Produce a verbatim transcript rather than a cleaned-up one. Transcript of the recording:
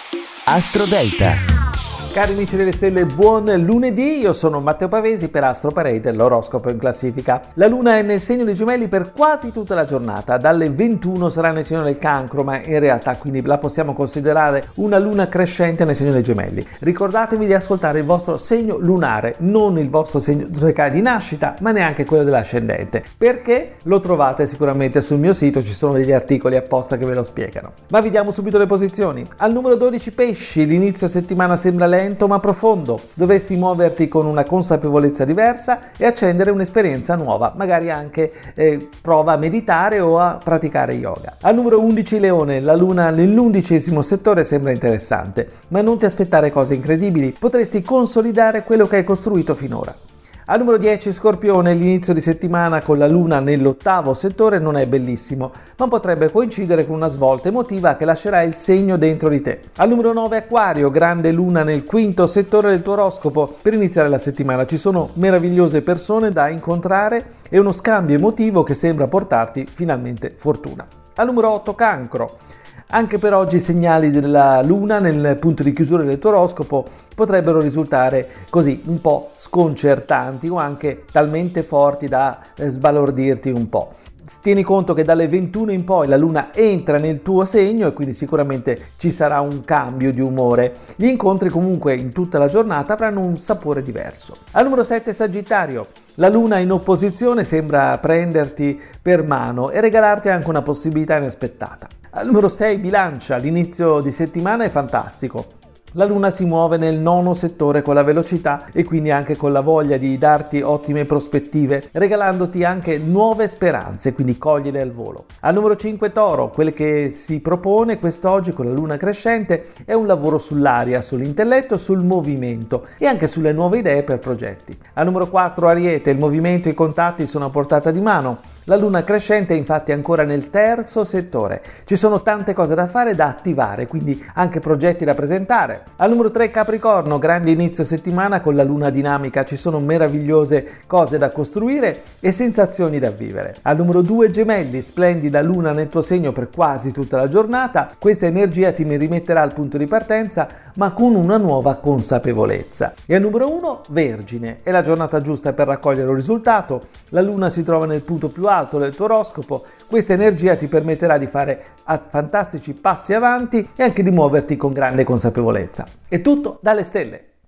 Astrodelta. Cari amici delle stelle, buon lunedì, io sono Matteo Pavesi per Astro Parade, l'oroscopo in classifica. La luna è nel segno dei Gemelli per quasi tutta la giornata, dalle ventuno sarà nel segno del Cancro, ma in realtà quindi la possiamo considerare una luna crescente nel segno dei Gemelli. Ricordatevi di ascoltare il vostro segno lunare, non il vostro segno zodiacale di nascita, ma neanche quello dell'ascendente, perché lo trovate sicuramente sul mio sito, ci sono degli articoli apposta che ve lo spiegano. Ma vediamo subito le posizioni. Al numero dodici Pesci, l'inizio settimana sembra lento ma profondo, dovresti muoverti con una consapevolezza diversa e accendere un'esperienza nuova, magari anche eh, prova a meditare o a praticare yoga. Al numero undici Leone, la luna nell'undicesimo settore sembra interessante, ma non ti aspettare cose incredibili, potresti consolidare quello che hai costruito finora. Al numero dieci Scorpione, l'inizio di settimana con la luna nell'ottavo settore non è bellissimo, ma potrebbe coincidere con una svolta emotiva che lascerà il segno dentro di te. Al numero nove Acquario, grande luna nel quinto settore del tuo oroscopo. Per iniziare la settimana ci sono meravigliose persone da incontrare e uno scambio emotivo che sembra portarti finalmente fortuna. Al numero otto Cancro. Anche per oggi i segnali della luna nel punto di chiusura del tuo oroscopo potrebbero risultare così un po' sconcertanti o anche talmente forti da sbalordirti un po'. Tieni conto che dalle ventuno in poi la luna entra nel tuo segno e quindi sicuramente ci sarà un cambio di umore. Gli incontri comunque in tutta la giornata avranno un sapore diverso. Al numero sette Sagittario. La luna in opposizione sembra prenderti per mano e regalarti anche una possibilità inaspettata. Al numero sei Bilancia, l'inizio di settimana è fantastico. La luna si muove nel nono settore con la velocità e quindi anche con la voglia di darti ottime prospettive, regalandoti anche nuove speranze, quindi cogliele al volo. Al numero cinque Toro, quel che si propone quest'oggi con la luna crescente è un lavoro sull'aria, sull'intelletto, sul movimento e anche sulle nuove idee per progetti. Al numero quattro Ariete, il movimento e i contatti sono a portata di mano. La luna crescente è infatti ancora nel terzo settore. Ci sono tante cose da fare e da attivare, quindi anche progetti da presentare. Al numero tre Capricorno, grande inizio settimana con la luna dinamica, ci sono meravigliose cose da costruire e sensazioni da vivere. Al numero due Gemelli, splendida luna nel tuo segno per quasi tutta la giornata, questa energia ti rimetterà al punto di partenza ma con una nuova consapevolezza. E al numero uno Vergine, è la giornata giusta per raccogliere un risultato, la luna si trova nel punto più alto del tuo oroscopo, questa energia ti permetterà di fare fantastici passi avanti e anche di muoverti con grande consapevolezza. È tutto dalle stelle!